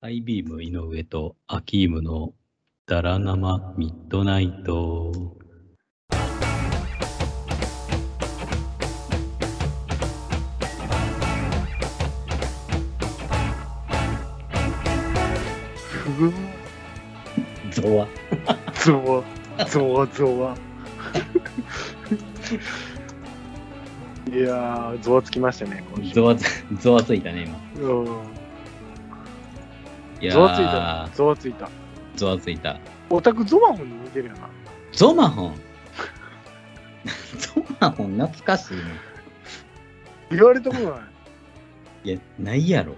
ハイビーム井上とアキームのダラ生ミッドナイト。 ふゾワ。 ゾワゾワゾワいやーゾワつきましたね今週。 ゾワついたね今。 うんいやーゾワついたゾワついた。 ゾワついた。 オタクゾマホンに似てるよな。 ゾマホンゾマホン懐かしいね。 言われたことない。 いや、ないやろ。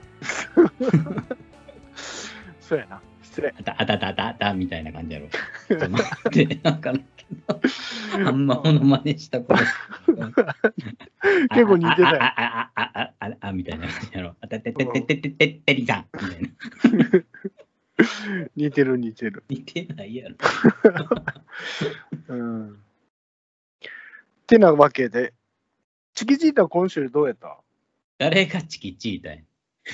そうやな、失礼。 あたみたいな感じやろ。ちょっと待って、なんかあんまモノマネしたこと結構似てたよ。 みたいな感じやろ。あたてててててててりさんみたいな。 似てる似てる。 似てないやろ。 うん。ってなわけで、チキチータ今週どうやった？ 誰がチキチータや。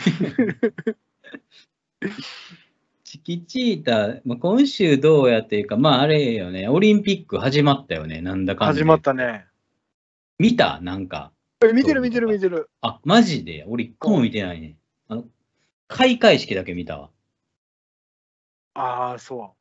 チキチータ、まあ、今週どうやっていうか、まああれよね、オリンピック始まったよね、なんだかんだ。 始まったね。 見たなんか。 見てる。 あ、マジで俺一個も見てないね。開会式だけ見たわ。 ああ、そう。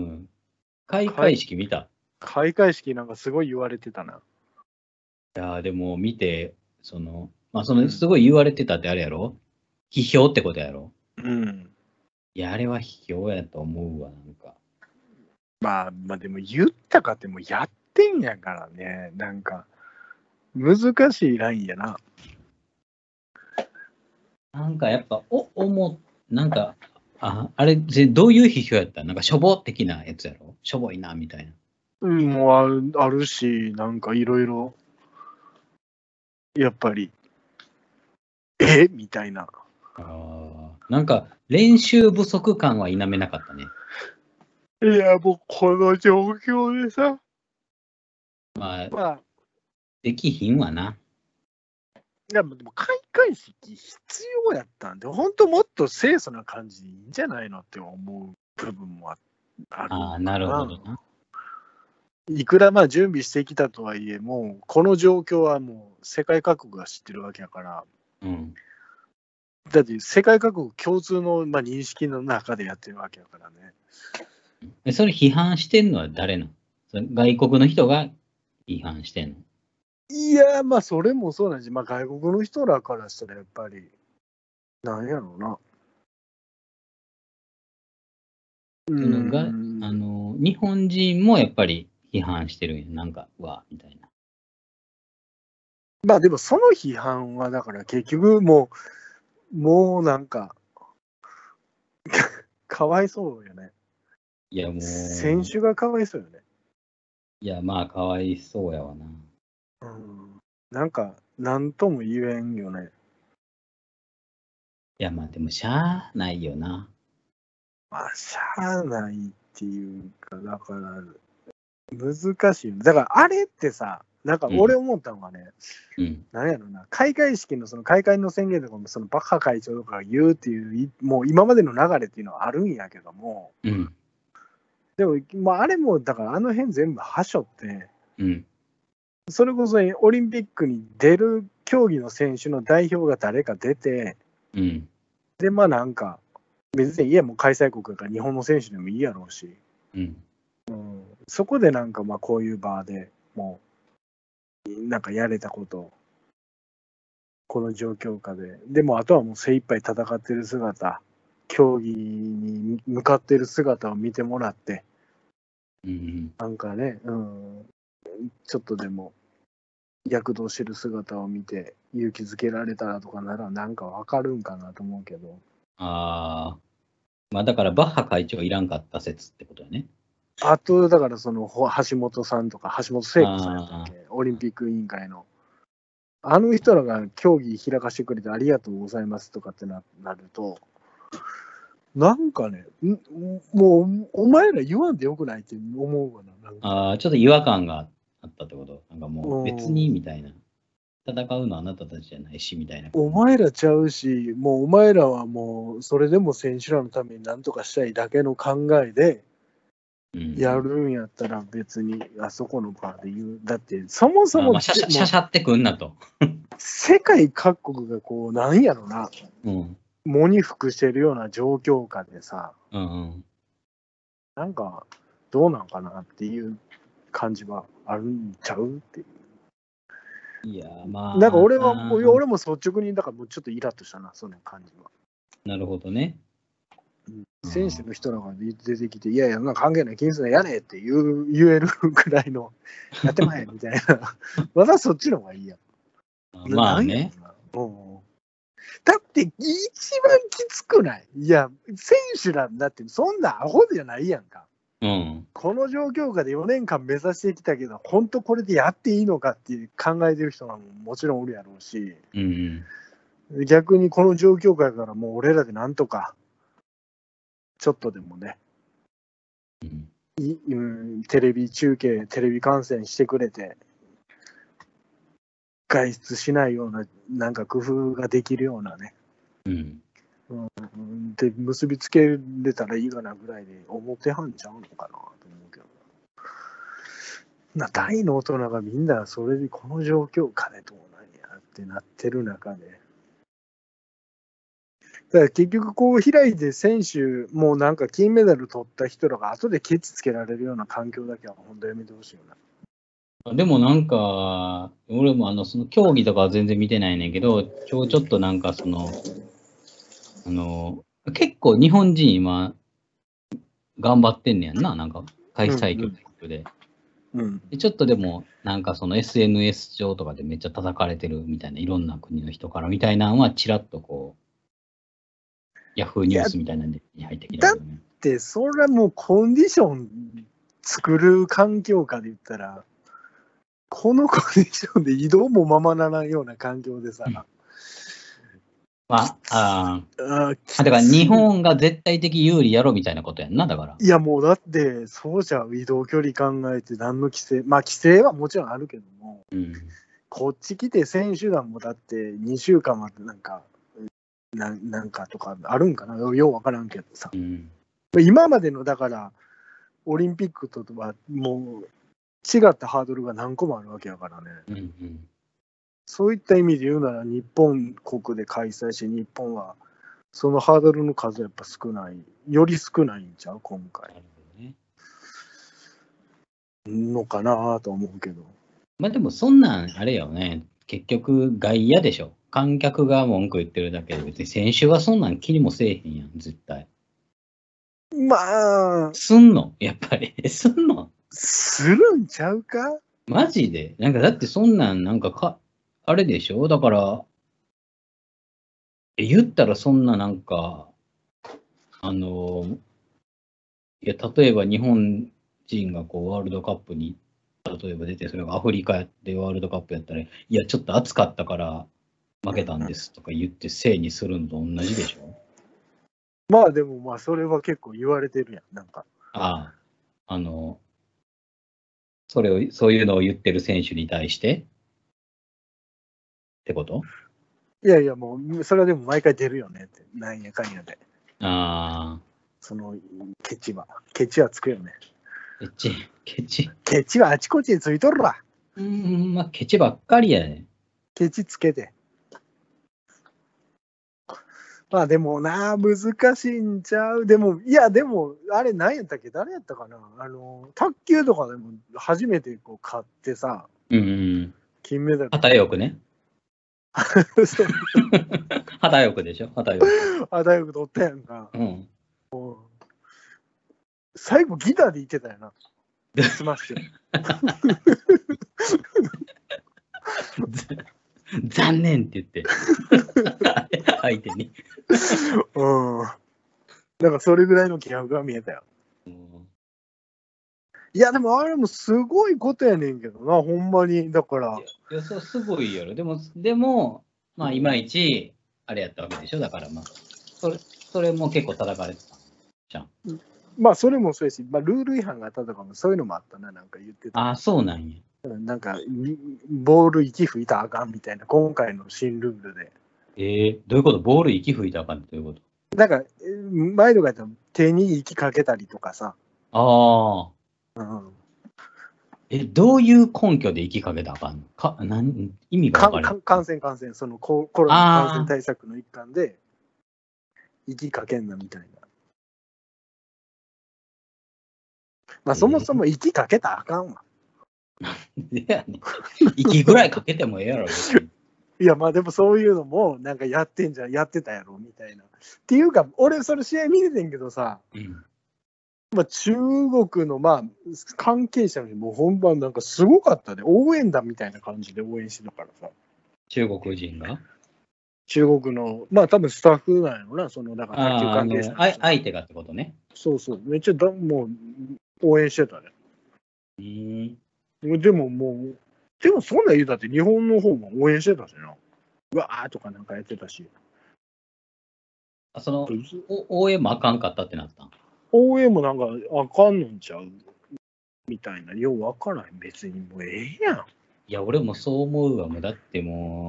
うん。開会式見た。 開会式なんかすごい言われてたな。 いやでも見て、まあすごい言われてたってあれやろ？批評ってことやろ？ うん。 いや、あれは批評やと思うわ、なんか。 まあでも言ったかってもうやってんやからね。なんか、難しいラインやな。 なんかやっぱ、なんか、あれ、どういう批評やった？なんか、しょぼ的なやつやろ？しょぼいな、みたいな。 もうあるし、なんかいろいろ、やっぱり、みたいな。 なんか、練習不足感は否めなかったね。 いや、もうこの状況でさ。 まあ、できひんわな。 いや、でも開会式必要やったんで、本当もっと清楚な感じでいいんじゃないのって思う部分もある。 なるほどな。 いくら準備してきたとはいえ、もうこの状況はもう世界各国が知ってるわけやから、だって世界各国共通の認識の中でやってるわけやからね。 それ批判してんのは誰なの？外国の人が批判してんの？ いや、それもそうなんし、外国の人らからしたらやっぱり、なんやろうな。 日本人もやっぱり批判してるんや。なんか、みたいな。でもその批判は、だから結局もうなんか、かわいそうよね。 いや、もう。 選手がかわいそうよね。 いや、かわいそうやわな。 なんか、なんとも言えんよね。 いや、でも、しゃあないよな。 しゃあないっていうか、だから、難しいよね。だから、あれってさ、なんか俺思ったのがね、なんやろな、開会式のその開会の宣言とかも、そのバッハ会長とかが言うっていう、もう今までの流れっていうのはあるんやけども、でも、あれも、だからあの辺全部はしょって、それこそオリンピックに出る競技の選手の代表が誰か出て、で、なんか、別にもう開催国だから日本の選手でもいいやろうし、そこでなんかこういう場でもう、なんかやれたこと、この状況下で、でもあとはもう精一杯戦ってる姿、競技に向かってる姿を見てもらって、なんかね、ちょっとでも躍動してる姿を見て勇気づけられたらとかならなんかわかるんかなと思うけど。 だからバッハ会長いらんかった説ってことだね。 あと、だからその橋本さんとか橋本聖子さんやったっけ、オリンピック委員会の。あの人らが競技開かしてくれてありがとうございますとかってなると、なんかね、もうお前ら言わんでよくないって思うわな。 ちょっと違和感があったってこと？なんかもう別にみたいな。 戦うのはあなたたちじゃないしみたいな。 お前らちゃうし、もうお前らはもうそれでも選手らのために何とかしたいだけの考えでやるんやったら別にあそこの場で言う。だってそもそもシャシャってくんなと。 世界各国がこうなんやろな、喪に服してるような状況下でさ、なんかどうなんかなっていう感じはあるんちゃうっていう。 いやまあ、 なんか俺も率直にだからもうちょっとイラッとしたな、その感じは。 なるほどね。 選手の人らが出てきて、いやいや、関係ない、気にするのやねって言えるくらいの、やってまえみたいな。私はそっちの方がいいやん。 まあね。 だって一番きつくない？いや、選手らだってそんなアホじゃないやんか。この状況下で4年間目指してきたけど、本当これでやっていいのかって考えてる人ももちろんおるやろうし、逆にこの状況下からもう俺らでなんとか、ちょっとでもね、テレビ中継、テレビ観戦してくれて、外出しないような、なんか工夫ができるようなね、で結びつけれたらいいかなぐらいで思ってはんちゃうのかなと思うけど。大の大人がみんなそれでこの状況下でどうなんやってなってる中で。だから結局こう開いて選手もうなんか金メダル取った人らが後でケチつけられるような環境だけは本当やめてほしいよな。でもなんか俺もその競技とかは全然見てないねんけど、ちょっとなんか結構日本人今頑張ってんねやんな、なんか開催局で。でちょっとでもなんかその SNS 上とかでめっちゃ叩かれてるみたいな、いろんな国の人からみたいなのはちらっとこうヤフーニュースみたいなんで入ってきたけどね。 だってそれはもうコンディション作る環境下で言ったら、このコンディションで移動もままならんような環境でさ、 だから日本が絶対的有利やろみたいなことやんな、だから。 いやもうだってそうじゃ移動距離考えて何の規制、規制はもちろんあるけども、こっち来て選手団もだって2週間までなんかとかあるんかな、ようわからんけどさ、今までのだからオリンピックとはもう違ったハードルが何個もあるわけやからね。そういった意味で言うなら日本国で開催し、日本はそのハードルの数やっぱ少ない、より少ないんちゃう今回のかなと思うけど。 でもそんなんあれよね、結局外野でしょ。観客が文句言ってるだけで別に選手はそんなん気にもせえへんやん、絶対。すんのやっぱり。すんのするんちゃうかマジでなんかだってそんなんあれでしょ、だから言ったらそんななんかいや例えば日本人がこうワールドカップに例えば出て、それがアフリカやってワールドカップやったら、いやちょっと暑かったから負けたんですとか言ってせいにするのと同じでしょ。 でもそれは結構言われてるやん、なんか。 そういうのを言ってる選手に対してってこと？ いやいや、もうそれはでも毎回出るよねって、なんやかんやで。そのケチはつくよね。ケチはあちこちについとるわ。 ケチばっかりやね。 ケチつけて。でもな、難しいんちゃう。でも、あれ何やったっけ、誰やったかな。卓球とかでも初めてこう勝ってさ、金メダル。 旗よくね。旗よくでしょ、旗よく。 旗よく取ったやんか。最後ギターで言ってたよな。スマッシュ。 残念って言って相手になんかそれぐらいの気迫が見えたよ。いやでもあれもすごいことやねんけどな、ほんまに。だからいやそうすごいやろ。でもいまいちあれやったわけでしょ。だからそれも結構叩かれてたじゃん。 それもそうやし、ルール違反があったとかもそういうのもあったな、なんか言ってた。 そうなんや。 なんか、ボール息吹いたらあかんみたいな、今回の新ルールで。 どういうこと？ボール息吹いたらあかんってどういうこと？ なんか、前とかやったら手に息かけたりとかさ。 ああ。うん。 どういう根拠で息かけたらあかんの？意味が分かる。 感染、そのコロナ感染対策の一環で、息かけんなみたいな。まあ、そもそも息かけたらあかんわ。 息ぐらいかけてもええやろ。 いや、まあでもそういうのもなんかやってたやろみたいな。っていうか、俺それ試合見ててんけどさ、まあ中国のまあ関係者にも本番なんかすごかったで、応援団みたいな感じで応援してたからさ。 中国人が？ 中国の、まあ多分スタッフなんやろな、その、だから卓球関係者の相手がってことね。 そうそう、めっちゃもう応援してたね。でもそんなん言うたって日本の方も応援してたしな。うわーとかなんかやってたし。 応援もあかんかったってなった？ 応援もなんかあかんのんちゃうみたいな。ようわからん。別にもうええやん。 いや、俺もそう思うわ。だって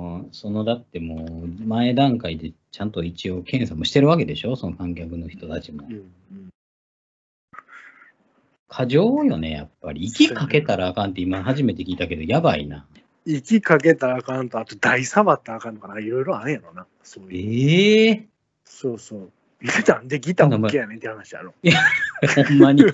前段階でちゃんと一応検査もしてるわけでしょ、その観客の人たちも。過剰よね、やっぱり。息かけたらあかんって今初めて聞いたけど、やばいな。 息かけたらあかんと、あと台触ったらあかんとかいろいろあんやろな。そういう。そうそう。なんでギター OK やねんって話やろ。 いや、ほんまに。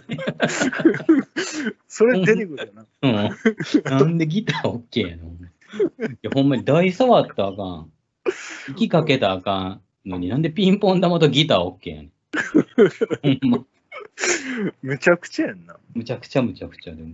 それ出てくるよな。 なんでギター OK やの？いや、ほんまに台触ったらあかん。息かけたらあかんのになんでピンポン玉とギター OK やねん。ほんま。 むちゃくちゃやんな。 むちゃくちゃでも。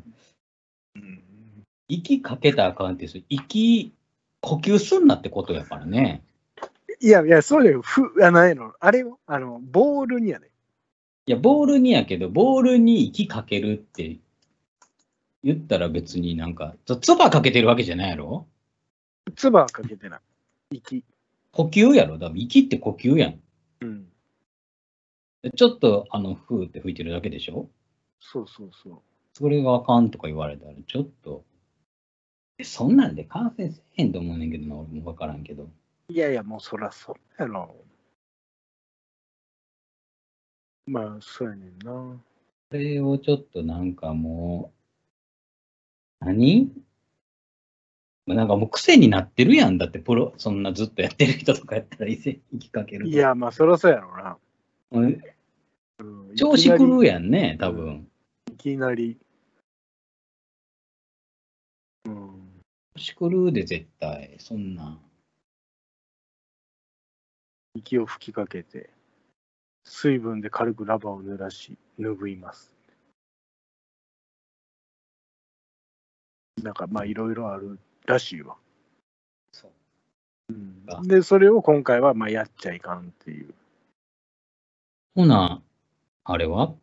息かけたらあかんって、呼吸すんなってことやからね。 いや、そうだよ。あれよ、ボールにやね。 いや、ボールにやけど、ボールに息かけるって言ったら別になんか、唾かけてるわけじゃないやろ？ 唾はかけてない。息。 呼吸やろ？だから息って呼吸やん。ちょっとふーって吹いてるだけでしょ？ そうそうそう。 それがあかんとか言われたら、ちょっと、そんなんで感染せへんと思うねんけどな、俺も分からんけど。 いや、もうそらそうやろ。まあ、そうやねんな。 それをちょっとなんかもう、なんかもう癖になってるやん。だってそんなずっとやってる人とかやったら息かける。 いや、まあそらそうやろな。 調子狂うやんね、多分。 いきなり。 調子狂うで絶対、そんな。 息を吹きかけて、水分で軽くラバーを濡らし、拭います。なんかまあいろいろあるらしいわ。で、それを今回はまあやっちゃいかんっていう。 ほな、あれは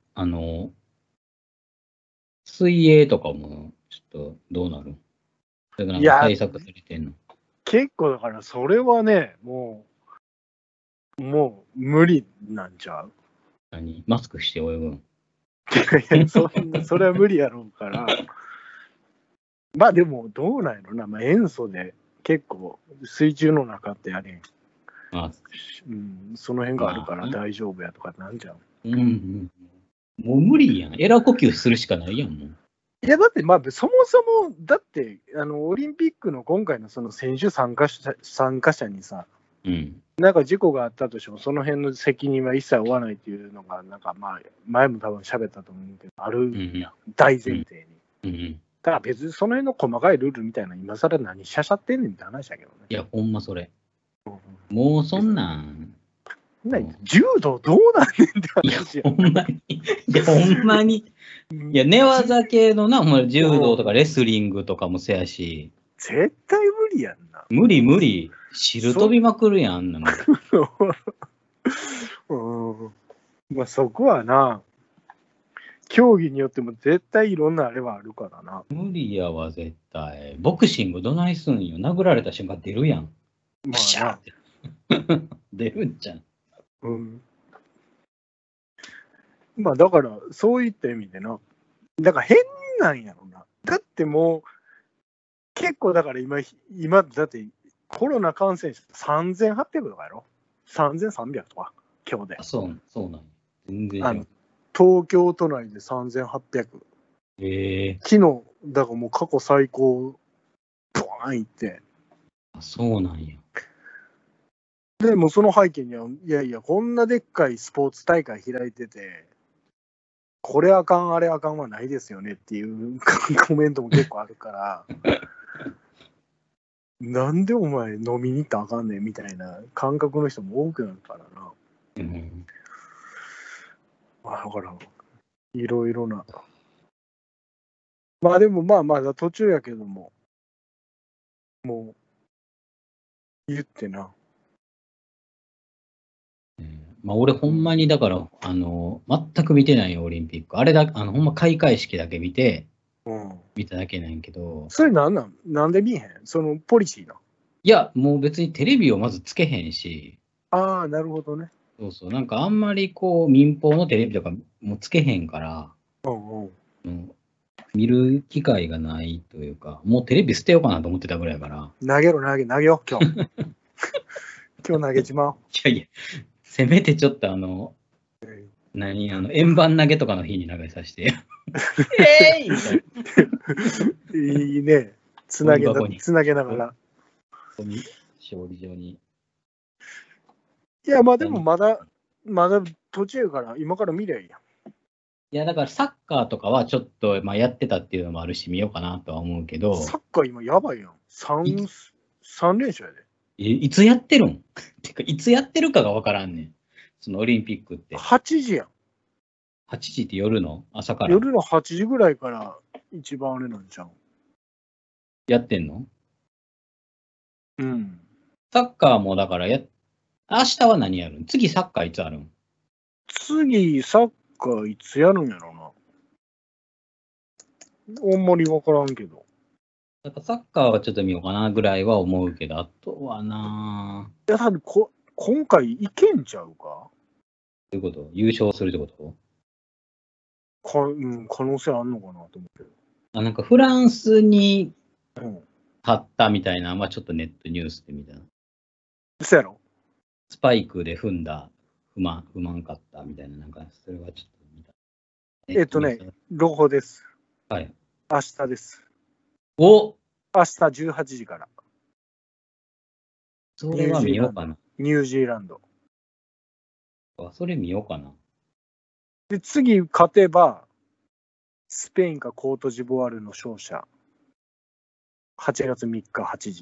水泳とかもちょっとどうなる？それがなんか対策されてんの？ 結構だからそれはね、もう無理なんちゃう？ マスクして泳ぐん？ いやそれは無理やろうから。まあでもどうなんやろな、まあ、塩素で結構水中の中ってあれ、その辺があるから大丈夫やとかなんじゃん。 もう無理やん。エラ呼吸するしかないやんもう。 いやだってまあそもそもだってオリンピックの今回のその選手参加者にさ、なんか事故があったとしてもその辺の責任は一切負わないっていうのがなんかまあ前も多分喋ったと思うけどあるやん、大前提に。だから別にその辺の細かいルールみたいな今更何しゃしゃってんねんって話だけどね。 いやほんまそれ。もうそんなん。 柔道どうなんねんって話や。 ほんまに。いやほんまに。いや寝技系のな、柔道とかレスリングとかもせやし。 絶対無理やんな。 無理。汁飛びまくるやん、あんなの。 まあそこはな、競技によっても絶対いろんなあれはあるからな。 無理やわ、絶対。ボクシングどないすんよ。殴られた瞬間出るやん。まあ出るんじゃん。 まあだからそういった意味でな、だから変なんやろな。だっても結構だから今だってコロナ感染者3800とかやろ ?3300 とか、今日で。 そうなんや。全然違う。 東京都内で3800。昨日、だからもう過去最高、ブワーンいって。 そうなんや。 でもその背景には、いやいや、こんなでっかいスポーツ大会開いてて、これあかん、あれあかんはないですよねっていうコメントも結構あるから、なんでお前飲みに行ったらあかんねんみたいな感覚の人も多くなるからな。だから、いろいろな。まあでもまだ途中やけども、もう、言ってな。 まあ俺ほんまにだから、全く見てないよ、オリンピック。あれだ、ほんま開会式だけ見て、見ただけなんやけど。 それなんで見えへんそのポリシーな。 いや、もう別にテレビをまずつけへんし。 ああ、なるほどね。 そうそう。なんかあんまりこう、民放のテレビとかもつけへんから、見る機会がないというか、もうテレビ捨てようかなと思ってたぐらいから。 投げよ、今日。今日投げちまおう。 いや、せめてちょっと円盤投げとかの日に投げさせて。 いいね。つなげながら。 勝利場に。 いや、まあでもまだ途中から、今から見りゃいいやん。 いや、だからサッカーとかはちょっと、まあ、やってたっていうのもあるし、見ようかなとは思うけど。 サッカー今やばいやん。3連勝やで。 いつやってるんてか、いつやってるかがわからんねん。そのオリンピックって。 8時やん。 8時って夜の朝から。 夜の8時ぐらいから一番あれなんちゃう。 やってんの？ うん。 サッカーもだから明日は何やるん？次サッカーいつあるん？ 次サッカーいつやるんやろな。あんまり分からんけど。 だからサッカーはちょっと見ようかなぐらいは思うけど、あとはいや、多分今回いけんちゃうか？どういうこと？優勝するってこと？ 可能性あんのかなと思うけど。 なんかフランスに勝ったみたいな、まあちょっとネットニュースで見た。 そうやろ？ スパイクで踏んだ不満かったみたいな、なんかそれはちょっと見た。 朗報です。 はい。 明日です。 明日18時から。 それは見ようかな。 ニュージーランド。 それ見ようかな。 で、次勝てば、スペインかコートジボワールの勝者。8月3日8時。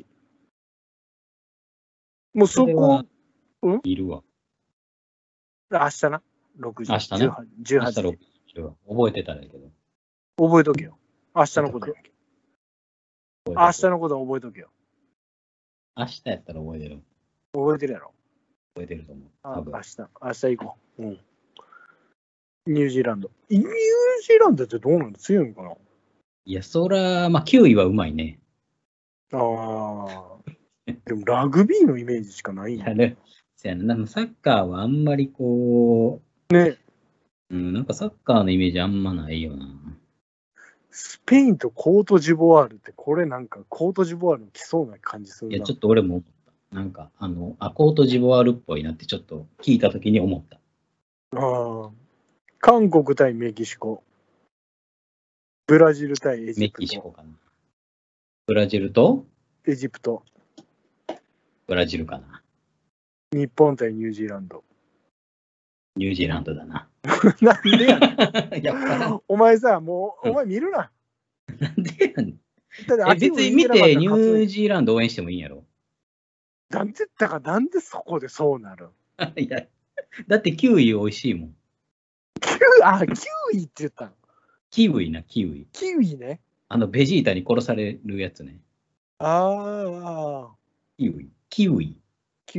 もうそこ、 いるわ。 明日な。6時。 明日ね。 18時。 覚えてたらいいけど。 覚えとけよ。明日のことやけ。明日のことは覚えとけよ。 明日やったら覚えてる。 覚えてるやろ。 覚えてると思う。 明日行こう。ニュージーランド。ニュージーランドってどうなの？強いのかな？ いや、そら、まあ、9位はうまいね。 ああ。でも、ラグビーのイメージしかないやね。サッカーはあんまりこう。 ね。 なんかサッカーのイメージあんまないよな。 スペインとコートジボワールって、これなんかコートジボワールの来そうな感じするな。 いや、ちょっと俺も思った。なんか、コートジボワールっぽいなってちょっと聞いたときに思った。 ああ。韓国対メキシコ。ブラジル対エジプト。 メキシコかな。ブラジルとエジプト。 ブラジルかな。 日本対ニュージーランド。 ニュージーランドだな。 なんでやねん。お前さ、もう、お前見るな。 なんでやねん。別に見てニュージーランド応援してもいいんやろ。 なんでそこでそうなる？ いや、だってキウイ美味しいもん。 キウイって言ったの？ キウイな、キウイ。 キウイね。 ベジータに殺されるやつね。 ああ。 キウイ。キウイ。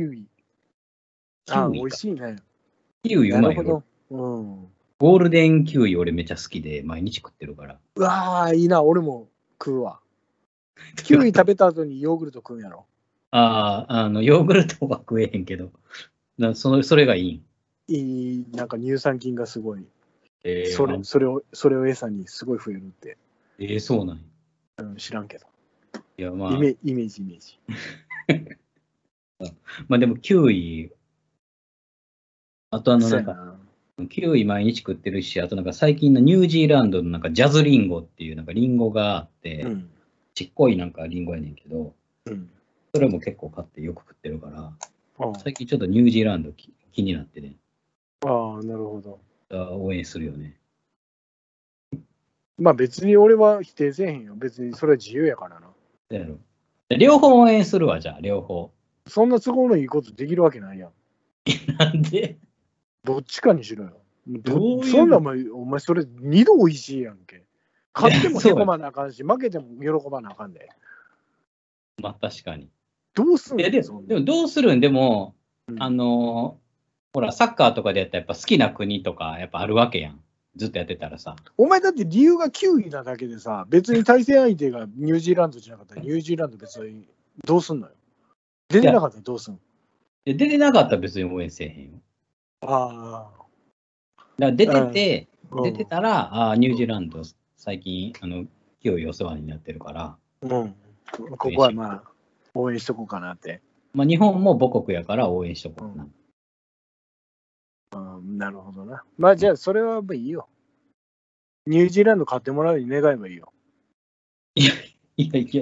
美味しいね。 キウイうまいよ。ゴールデンキウイ俺めっちゃ好きで毎日食ってるから。 うわー、いいな、俺も食うわ。キウイ食べた後にヨーグルト食うんやろ。 ヨーグルトは食えへんけど、それがいい。 いい、なんか乳酸菌がすごい。それを餌にすごい増えるって。 そうなんや。 知らんけど。 いや、まあ。 イメージ。 まあでも9位、あとなんか、9位毎日食ってるし、あとなんか最近のニュージーランドのなんかジャズリンゴっていうなんかリンゴがあって、ちっこいなんかリンゴやねんけど、それも結構買ってよく食ってるから、最近ちょっとニュージーランド気になってね。 ああ、なるほど。 応援するよね。 まあ別に俺は否定せえへんよ。別にそれは自由やからな。 やろ。両方応援するわ、じゃあ、両方。 そんな都合のいいことできるわけないやん。 なんでどっちかにしろよ。そんなお前それ二度おいしいやんけ。勝ってもへこまなあかんし、負けても喜ばなあかんで。 まあ確かに。 どうすんのでもどうするんでも、ほら、サッカーとかでやったらやっぱ好きな国とかやっぱあるわけやん。ずっとやってたらさ。 お前だって理由が9位なだけでさ、別に対戦相手がニュージーランドじゃなかったらニュージーランド別にどうすんのよ。出てなかったらどうすんの？ 出てなかったら別に応援せえへんよ。 ああ。 だから出てたら、ニュージーランド最近、清いお世話になってるから。 ここはまあ、応援しとこうかなって。 まあ日本も母国やから応援しとこうかな。 なるほどな。まあじゃあそれはまあいいよ。ニュージーランド買ってもらうように願えばいいよ。 いや。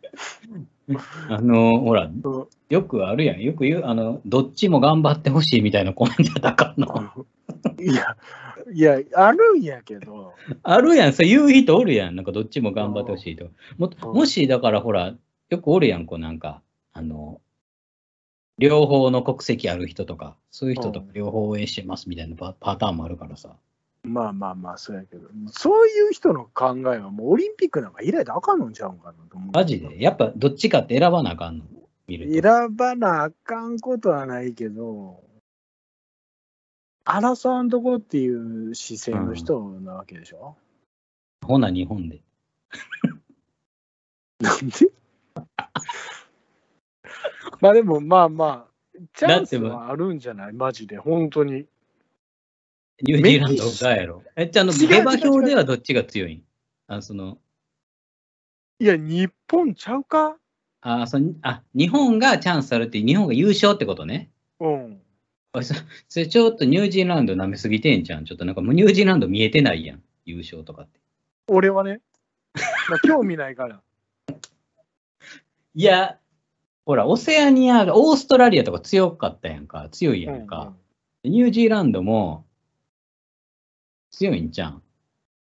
ほら、よくあるやん。よく言う、どっちも頑張ってほしいみたいなコメントやったかんの。 いや、あるんやけど。 あるやん。そう言う人おるやん。なんかどっちも頑張ってほしいと。もし、だからほら、よくおるやん、こうなんか、両方の国籍ある人とか、そういう人とか両方応援してますみたいなパターンもあるからさ。 まあ、そうやけど、そういう人の考えはもうオリンピックなんか以来であかんのんちゃうんかなと思う。 マジでやっぱどっちかって選ばなあかんの見ると。選ばなあかんことはないけど、争わんとこっていう姿勢の人なわけでしょ、 ほな、日本で。 なんでまあでも、まあ、チャンスはあるんじゃないマジで、本当に。 ニュージーランドがやろ。下馬評ではどっちが強いん？ いや、日本ちゃうか？ 日本がチャンスあるって、日本が優勝ってことね。それちょっとニュージーランド舐めすぎてんじゃん。ちょっとなんかもうニュージーランド見えてないやん。優勝とかって。 俺はね。興味ないから。 いや、ほら、オセアニアが、オーストラリアとか強かったやんか。強いやんか。ニュージーランドも強いんじゃん。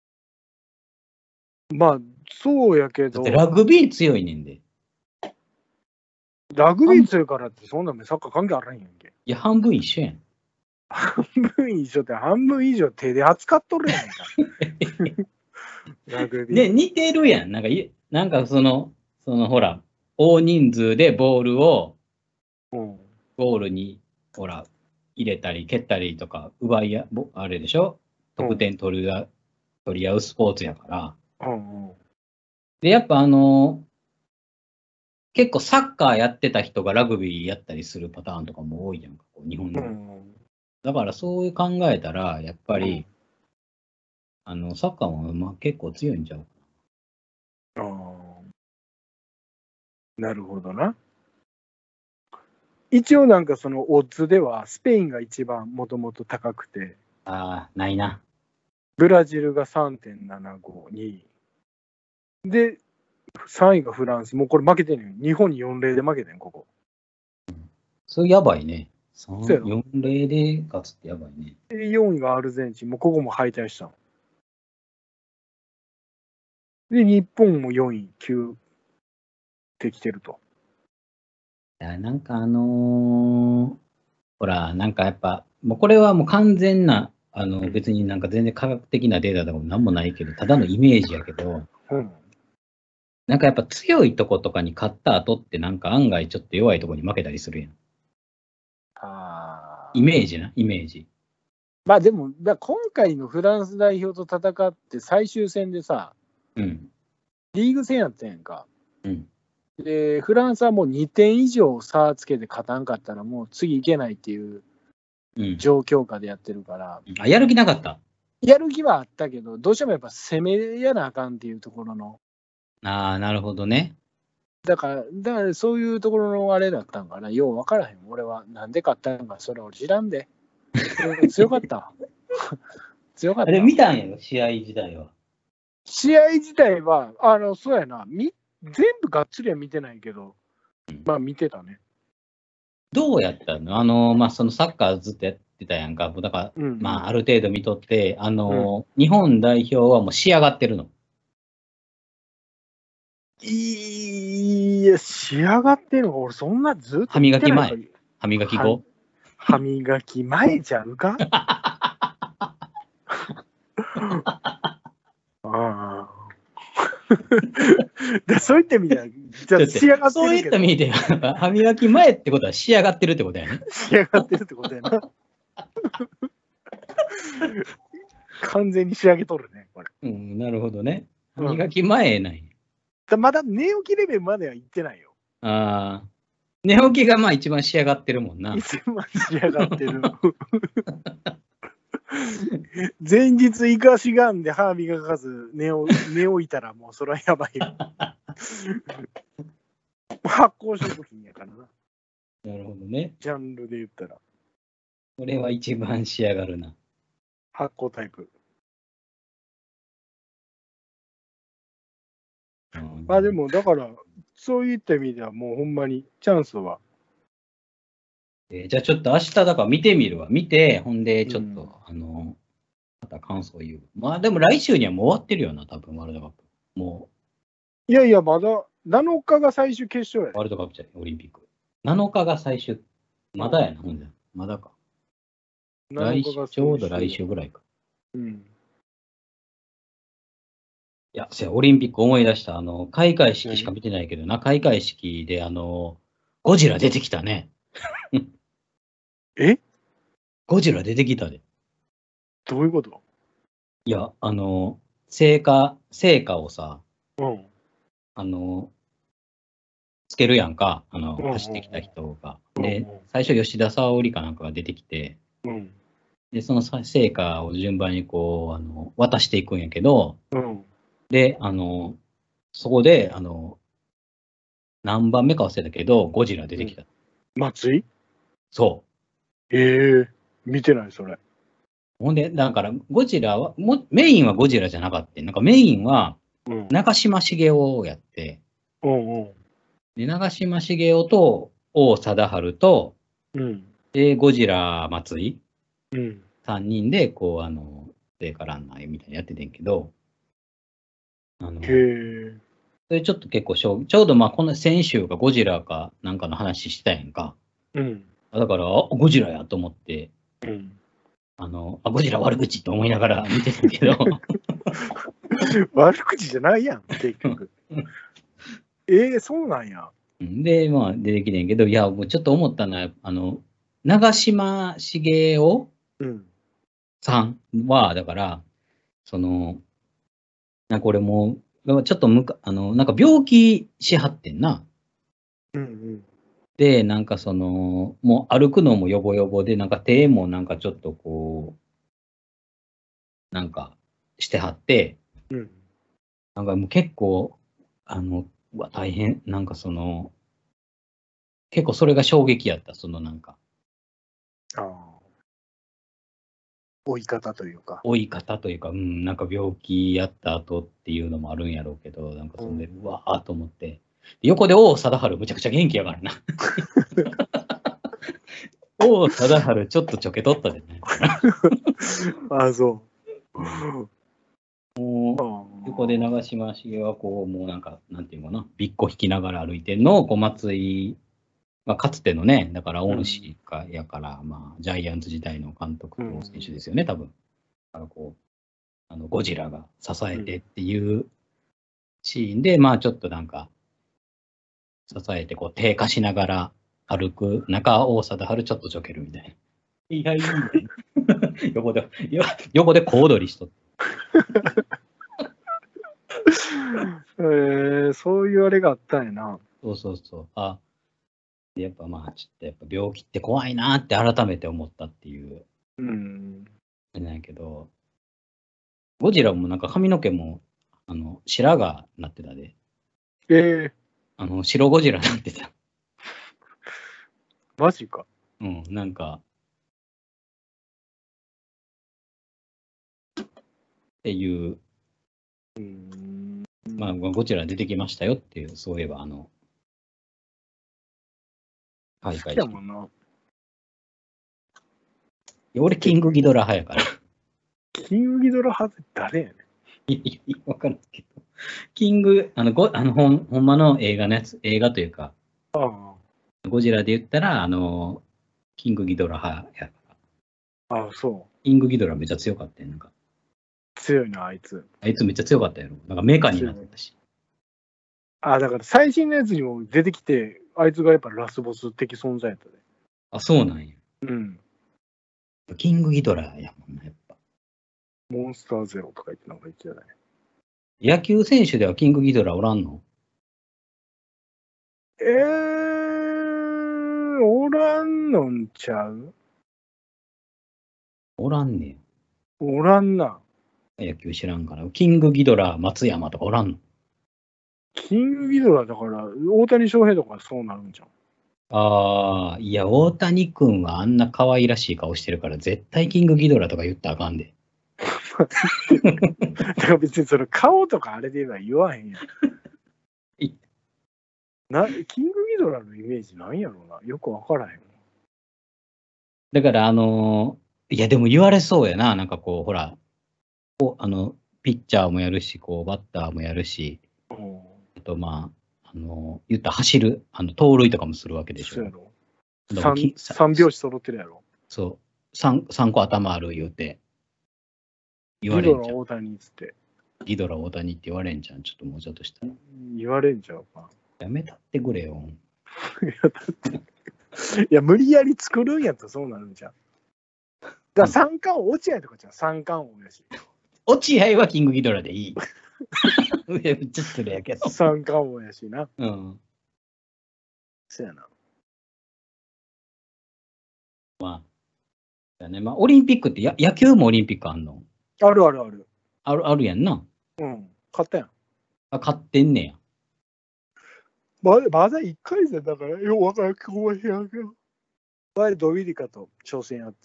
まあ、そうやけど。 だってラグビー強いねんで。 ラグビー強いからってそんなサッカー関係あらんやんけ。 いや、半分一緒やん。 半分一緒って半分以上手で扱っとるやんか。ラグビー。 で、似てるやん。なんかそのほら、大人数でボールを、ゴールに、ほら、入れたり蹴ったりとか、あれでしょ？得点取り合うスポーツやから。で、やっぱ結構サッカーやってた人がラグビーやったりするパターンとかも多いやんか、日本で。だからそういう考えたら、やっぱり、サッカーも結構強いんちゃうかな。なるほどな。一応なんかそのオッズではスペインが一番もともと高くて。 ないな。 ブラジルが 3.752。で、3位がフランス。もうこれ負けてんねん。日本に4-0で負けてん、ここ。 それやばいね。4-0で勝つってやばいね。 で、4位がアルゼンチン。もうここも敗退したの。で、日本も4位、9できてると。 なんかほら、なんかやっぱ、もうこれはもう完全な、別になんか全然科学的なデータとかもなんもないけど、ただのイメージやけど、なんかやっぱ強いとことかに勝った後ってなんか案外ちょっと弱いとこに負けたりするやん。イメージな、イメージ。 まあでも、今回のフランス代表と戦って最終戦でさ、リーグ戦やったやんか。で、フランスはもう2点以上差つけて勝たんかったらもう次いけないっていう状況下でやってるから。 やる気なかった？ やる気はあったけど、どうしてもやっぱ攻めやなあかんっていうところの。 なるほどね。 だからそういうところのあれだったんかな。よう分からへん。俺はなんで勝ったんか、それ俺知らんで。強かった。強かった。 あれ見たんやろ、試合自体は。 試合自体は、そうやな。全部がっつりは見てないけど、まあ見てたね。 どうやったのまあ、そのサッカーずっとやってたやんか。だから、まあ、ある程度見とって、日本代表はもう仕上がってるの。 いや、仕上がってるの俺そんなずっと歯磨き前。歯磨き後。 歯磨き前ちゃうかああ。そういった意味では、じゃあ仕上がってるけど。 そういった意味では、歯磨き前ってことは仕上がってるってことやね。 仕上がってるってことやな。完全に仕上げとるね、これ。 うん、なるほどね。歯磨き前ない。 まだ寝起きレベルまでは行ってないよ。 ああ。寝起きがまあ一番仕上がってるもんな。 一番仕上がってる。前日イカしがんで歯磨かず寝置いたらもうそれはやばいよ。発酵食品やからな。 なるほどね。 ジャンルで言ったら。 これは一番仕上がるな。 発酵タイプ。まあでもだからそういった意味ではもうほんまにチャンスは。 じゃあちょっと明日だから見てみるわ。見て、ほんでちょっと、また感想言う。まあでも来週にはもう終わってるよな、多分ワールドカップ。もう。いやいや、まだ7日が最終決勝や。 ワールドカップじゃない、オリンピック。7日が最終。まだやな、ほんで。まだか。ちょうど来週ぐらいか。 うん。 いや、オリンピック思い出した。開会式しか見てないけどな、開会式でゴジラ出てきたね。 え？ ゴジラ出てきたで。 どういうこと？ いや、聖火をさ、つけるやんか、走ってきた人が。で、最初吉田沙保里かなんかが出てきて、で、その聖火を順番にこう、渡していくんやけど、で、そこで、何番目か忘れたけど、ゴジラ出てきた。 松井？ そう。 見てない、それ。 ほんで、だから、ゴジラは、メインはゴジラじゃなかった。なんかメインは、長嶋茂雄をやって、で長嶋茂雄と王貞治と、で、ゴジラ松井、3人で、こう、聖火ランナーみたいにやっててんけど、それちょっと結構ちょうどまあ、この先週がゴジラかなんかの話したやんか。だから、ゴジラやと思って、ゴジラ悪口と思いながら見てたけど。 悪口じゃないやん、結局。そうなんや。 で、まあ、出てきてんけど、いや、もうちょっと思ったのは、長嶋茂雄さんは、だから、なんか俺も、ちょっとなんか病気しはってんな。で、なんかもう歩くのもヨボヨボで、なんか手もなんかちょっとこう、なんかしてはって、なんかもう結構、大変、なんか結構それが衝撃やった、なんか。 追い方というか。 追い方というか、なんか病気やった後っていうのもあるんやろうけど、なんかそんで、うわーと思って。横で王貞治むちゃくちゃ元気やからな。王貞治ちょっとちょけとったでね。 そう。 もう、横で長嶋茂雄はこう、もうなんか、なんていうのかな、びっこ引きながら歩いてんのを、松井、まあ、かつてのね、だから恩師やから、まあ、ジャイアンツ時代の監督と選手ですよね、多分。だからこう、ゴジラが支えてっていうシーンで、まあ、ちょっとなんか、支えて、こう、低下しながら歩く中、王貞治ちょっとちょけるみたいな。いや、いいね。横で小躍りしとって。 そういうあれがあったんやな。 そう。やっぱまあ、ちょっとやっぱ病気って怖いなって改めて思ったっていう。なんやけど、ゴジラもなんか髪の毛も、白髪なってたで。 白ゴジラなんてさ。 マジか。 うん、なんか。っていう。まあ、ゴジラ出てきましたよっていう、そういえば、 好きやもんな。 俺、キングギドラ派やから。 キングギドラ派って誰やねん。いや、わかるけど。キング、ほんまの映画のやつ、映画というか、ゴジラで言ったら、キングギドラ派やから。 ああ、そう。 キングギドラめっちゃ強かったよ、なんか。 強いな、あいつ。 あいつめっちゃ強かったやろ。なんかメカになってたし。 あ、だから最新のやつにも出てきて、あいつがやっぱラスボス的存在やったで。 あ、そうなんや。 うん。 キングギドラやもんな、やっぱ。 モンスターゼロとか言ってなんか言ってたね。 野球選手ではキングギドラおらんの？ おらんのんちゃう？ おらんねん。 おらんな。 野球知らんから。キングギドラ、松山とかおらんの？ キングギドラだから、大谷翔平とかそうなるんじゃん。 ああ、いや、大谷君はあんな可愛らしい顔してるから、絶対キングギドラとか言ったらあかんで。 だから別にその顔とかあれで言えば言わへんやん。キングギドラのイメージなんやろうな。よくわからへん。 だから、いや、でも言われそうやな。なんかこう、ほら、ピッチャーもやるし、こう、バッターもやるし、あと、まあ、言ったら走る、盗塁とかもするわけでしょ。 そうやろ。 3 拍子揃ってるやろ。 そう。3個頭ある言うて。 ギドラ大谷っつって。 ギドラ大谷って言われんじゃん。ちょっともうちょっとしたら。 言われんじゃんか。 やめたってくれよ。 いや、無理やり作るんやったらそうなるんじゃん。だから三冠王、落合とかじゃん。三冠王やし。 落合はキングギドラでいい。めっちゃ失礼やけど。 三冠王やしな。 うん。 そうやな。 まあ。だね。まあ、オリンピックって野球もオリンピックあんの？ あるあるある。 あるやんな。 うん。勝ったやん。 あ、勝ってんねや。 まだ1回戦だから、ようわからんかもしれんけど。前ドミニカと挑戦やって。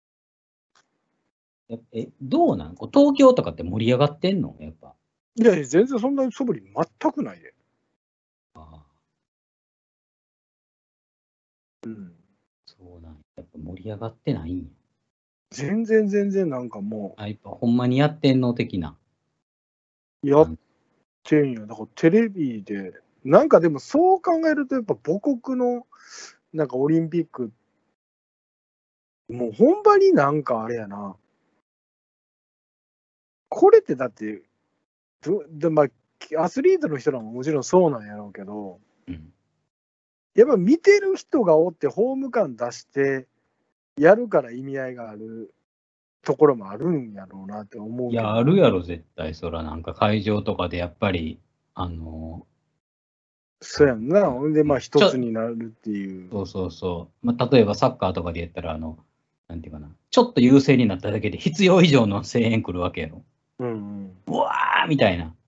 どうなん？東京とかって盛り上がってんの？やっぱ。 いや、全然そんな素振り全くないで。 ああ。 うん。 そうなんや。やっぱ盛り上がってないんや。 全然なんかもう。やっぱほんまにやってんの的な。 やってんよ。だからテレビで、なんかでもそう考えるとやっぱ母国のなんかオリンピック、もうほんまになんかあれやな。これってだって、まあ、アスリートの人らももちろんそうなんやろうけど、 うん、 やっぱ見てる人がおってホーム感出してやるから意味合いがあるところもあるんやろうなって思うけど。 いや、あるやろ、絶対。そら、なんか会場とかでやっぱり、 そうやんな。ほんで、まあ一つになるっていう。 そう。まあ、例えばサッカーとかで言ったら、なんていうかな。ちょっと優勢になっただけで必要以上の声援来るわけやろ。うわーみたいな。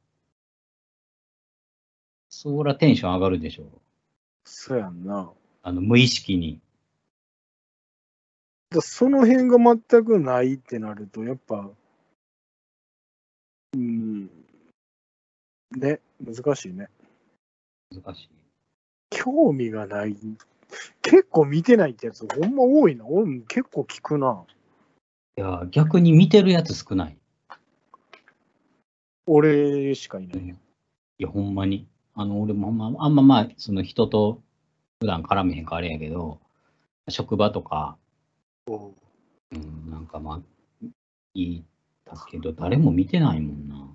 そらテンション上がるでしょ。 そうやんな。 無意識に。 その辺が全くないってなると、やっぱ、ね、難しいね。 難しい。 興味がない。結構見てないってやつ、ほんま多いな。俺も結構聞くな。 いや、逆に見てるやつ少ない。 俺しかいない。 いや、ほんまに。俺もあんままあ、その人と普段絡めへんからあれやけど、職場とか、なんかまあ、いいだけど、誰も見てないもんな。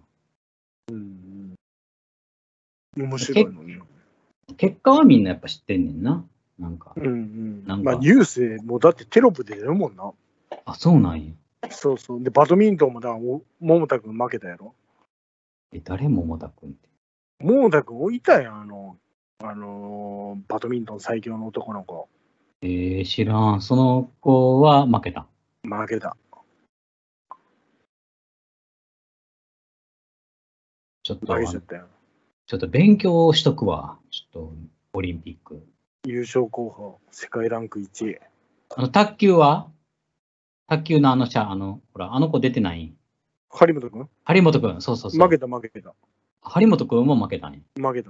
面白いのね。 結果はみんなやっぱ知ってんねんな。なんか。 まあニュースでもうだってテロップで出るもんな。 あ、そうなんや。 そうそう。で、バドミントンもだから、桃田君負けたやろ。 誰桃田君って。 桃田君いたやん、バドミントン最強の男の子。 知らん。その子は負けた。 負けた。 ちょっと。 負けちゃったよ。 ちょっと勉強しとくわ。ちょっと、オリンピック。 優勝候補、世界ランク1位。 卓球は卓球のほら、あの子出てない張本君張本君、そうそうそう。 負けた。 張本君も負けたね。 負けた。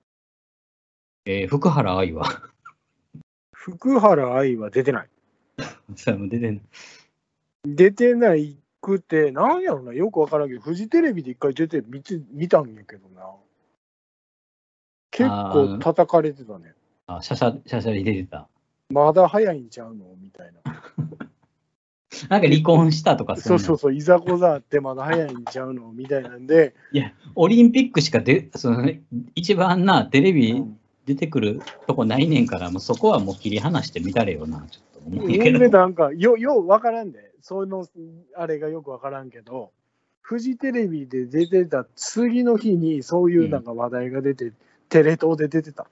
福原愛は福原愛は出てない。 それも出てん出てないくて、なんやろな、よくわからんけど、フジテレビで一回出て見たんやけどな。結構叩かれてたね。 シャシャリ出てた。 まだ早いんちゃうのみたいな。 なんか離婚したとかそう、いざこざってまだ早いんちゃうのみたいなんで。 いや、オリンピックしか一番な、テレビ出てくるとこないねんから、もうそこはもう切り離してみたれよな、ちょっと思うけど。 なんか、ようわからんで、そういうの、あれがよくわからんけど、フジテレビで出てた次の日に、そういうなんか話題が出て、テレ東で出てた。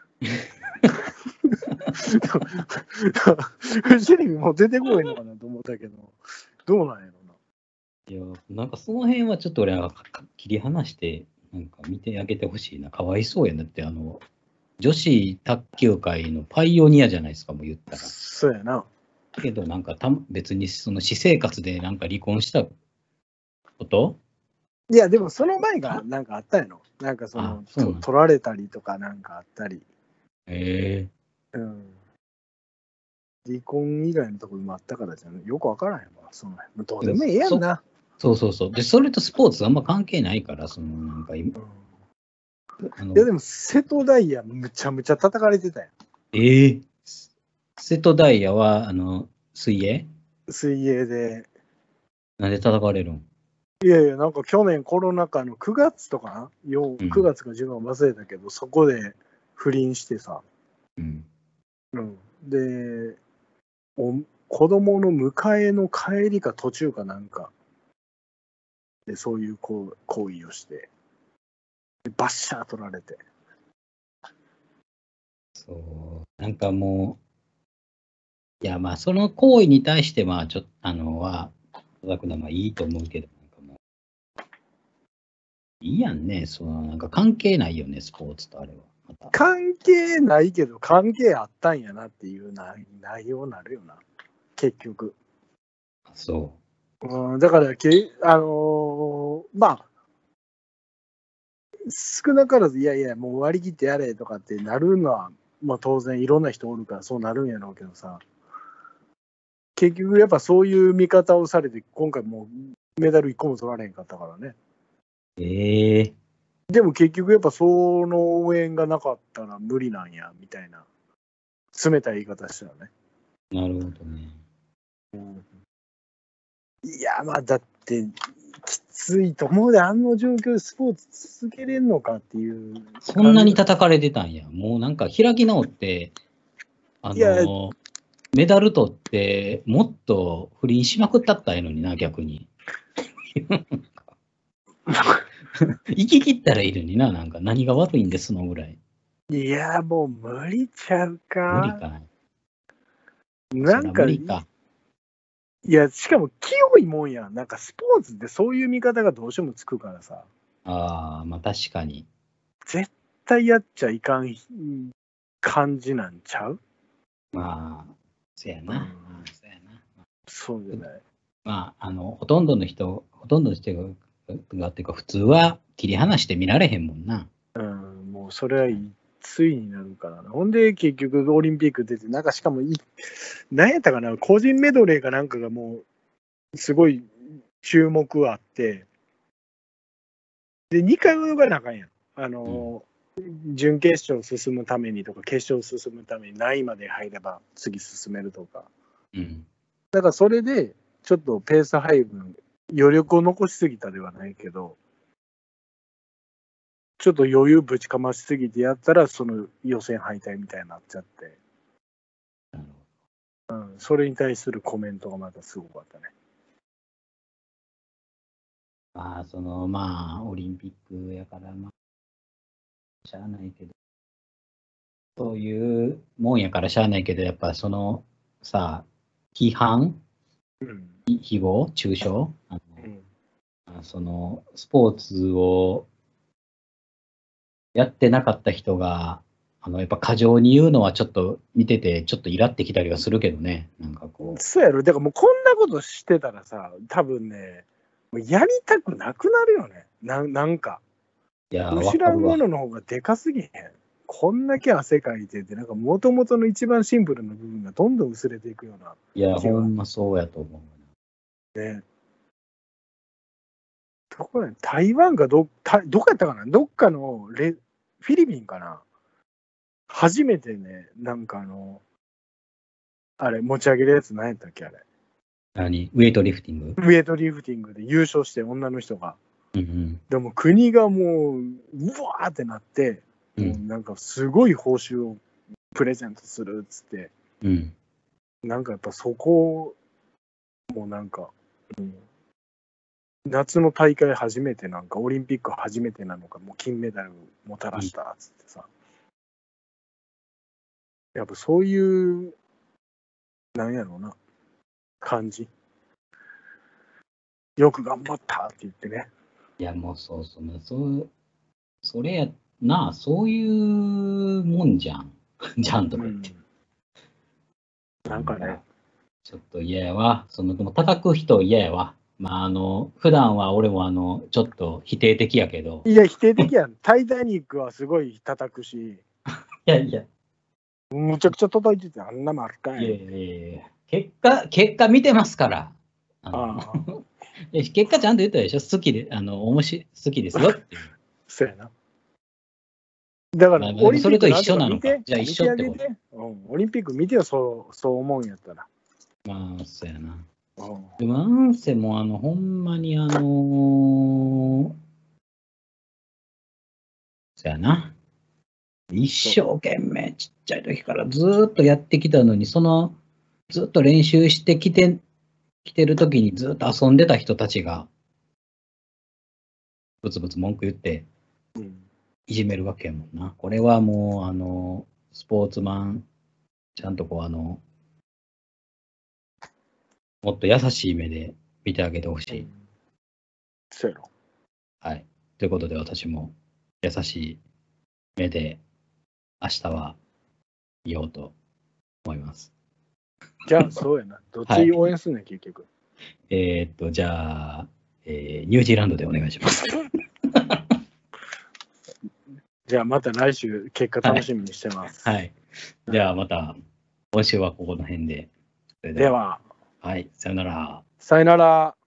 フジテレビもう出てこいのかなと思ったけど、どうなんやろな。 いや、なんかその辺はちょっと俺は切り離して、なんか見てあげてほしいな。かわいそうやなって、女子卓球界のパイオニアじゃないですか、もう言ったら。 そうやな。 けど、なんか別にその私生活でなんか離婚したこといや、でもその前がなんかあったやろ。なんか取られたりとかなんかあったり。うん。離婚以外のところもあったからじゃん。よくわからへんわ。どうでもいいやんな。 そう。で、それとスポーツあんま関係ないから、なんか今。 いや、でも瀬戸大也むちゃむちゃ叩かれてたやん。 瀬戸大也は、水泳で。 なんで叩かれるん？ いや、なんか去年コロナ禍の9月とかな、9月か10月忘れたけど、そこで不倫してさ。で、子供の迎えの帰りか途中かなんかで、そういう行為をして、バッシャー取られて。 そう、なんかもう、いや、まあ、その行為に対して、まあ、ちょっと、叩くのはいいと思うけど、なんかもう、いいやんね、なんか関係ないよね、スポーツとあれは。 関係ないけど、関係あったんやなっていう内容になるよな、結局。 そう。 だから、まあ、少なからず、いや、もう割り切ってやれとかってなるのは、まあ当然いろんな人おるからそうなるんやろうけどさ、結局やっぱそういう見方をされて、今回もうメダル1個も取られへんかったからね。でも結局やっぱその応援がなかったら無理なんや、みたいな、冷たい言い方したよね。 なるほどね。 いや、まあだって、きついと思うで、あの状況でスポーツ続けれんのかっていう。 そんなに叩かれてたんや。もうなんか開き直って、メダル取って、もっと不倫しまくったったらええのにな、逆に。生き切ったらいいのにな、なんか何が悪いんですのぐらい。 いや、もう無理ちゃうか。 無理かな。なんか、いや、しかも清いもんやん。なんかスポーツってそういう見方がどうしてもつくからさ。 まあ確かに。 絶対やっちゃいかん感じなんちゃう？ まあ、そうやな。 そうじゃない。 まあ、ほとんどの人がっていうか、普通は切り離して見られへんもんな。 もうそれはついになるからな。ほんで結局オリンピック出て、なんかしかも何やったかな、個人メドレーかなんかがもうすごい注目あって、で2回泳がなあかんやん。準決勝進むためにとか、決勝進むために何位まで入れば次進めるとか。だからそれでちょっとペース配分、余力を残しすぎたではないけど、ちょっと余裕ぶちかましすぎてやったら、その予選敗退みたいになっちゃって、それに対するコメントがまたすごかったね。 まあ、オリンピックやから、まあ、しゃあないけど、そういうもんやからしゃあないけど、やっぱさ、批判、誹謗、中傷、スポーツをやってなかった人が、やっぱ過剰に言うのはちょっと見てて、ちょっとイラってきたりはするけどね。なんかこう。 そうやろ。だからもうこんなことしてたらさ、多分ね、もうやりたくなくなるよね。なんか。 いや、 失うものの方がでかすぎへん。こんだけ汗かいてて、なんか元々の一番シンプルな部分がどんどん薄れていくような。 いや、ほんまそうやと思う。ね。どこや台湾かどこやったかな、どっかのフィリピンかな、初めてね、なんかあれ、持ち上げるやつ何やったっけ、あれ。 何？ウェイトリフティング？ ウェイトリフティングで優勝して、女の人が。 うんうん、 でも国がもう、うわーってなって、もうなんかすごい報酬をプレゼントするっつって、 うん、 なんかやっぱそこもなんか、夏の大会初めてなんかオリンピック初めてなのか、もう金メダルもたらしたっつってさ、やっぱそういうなんやろうな感じ、よく頑張ったって言ってね。 いやもうそうそれやな、そういうもんじゃんじゃんとか言って、 なんかね、 ちょっと嫌やわ。でも叩く人嫌やわ。まあ普段は俺もちょっと否定的やけど。 いや、否定的やん。タイタニックはすごい叩くし。いやいや。 むちゃくちゃ叩いてて、あんなもあるかい。 いやいや結果見てますから。結果ちゃんと言ったでしょ。好きで、好きですよっていう。 そうやな。だから、オリンピックそれと一緒なのか。じゃあ一緒ってこと。 オリンピック見てよ、そう思うんやったら。 まあ、そうやな。でも、なんせもほんまにそうやな。一生懸命ちっちゃい時からずっとやってきたのに、ずっと練習してきてる時にずっと遊んでた人たちが、ブツブツ文句言って、いじめるわけやもんな。これはもう、スポーツマン、ちゃんともっと優しい目で見てあげてほしい。 そうやろ。 はい。ということで、私も優しい目で明日は言おうと思います。 じゃあ、そうやな。どっち応援すんねん、結局。 じゃあ、ニュージーランドでお願いします。 じゃあ、また来週、結果楽しみにしてます。 はい。じゃあ、また、今週はここの辺で。 では。 はい。さよなら。 さよなら。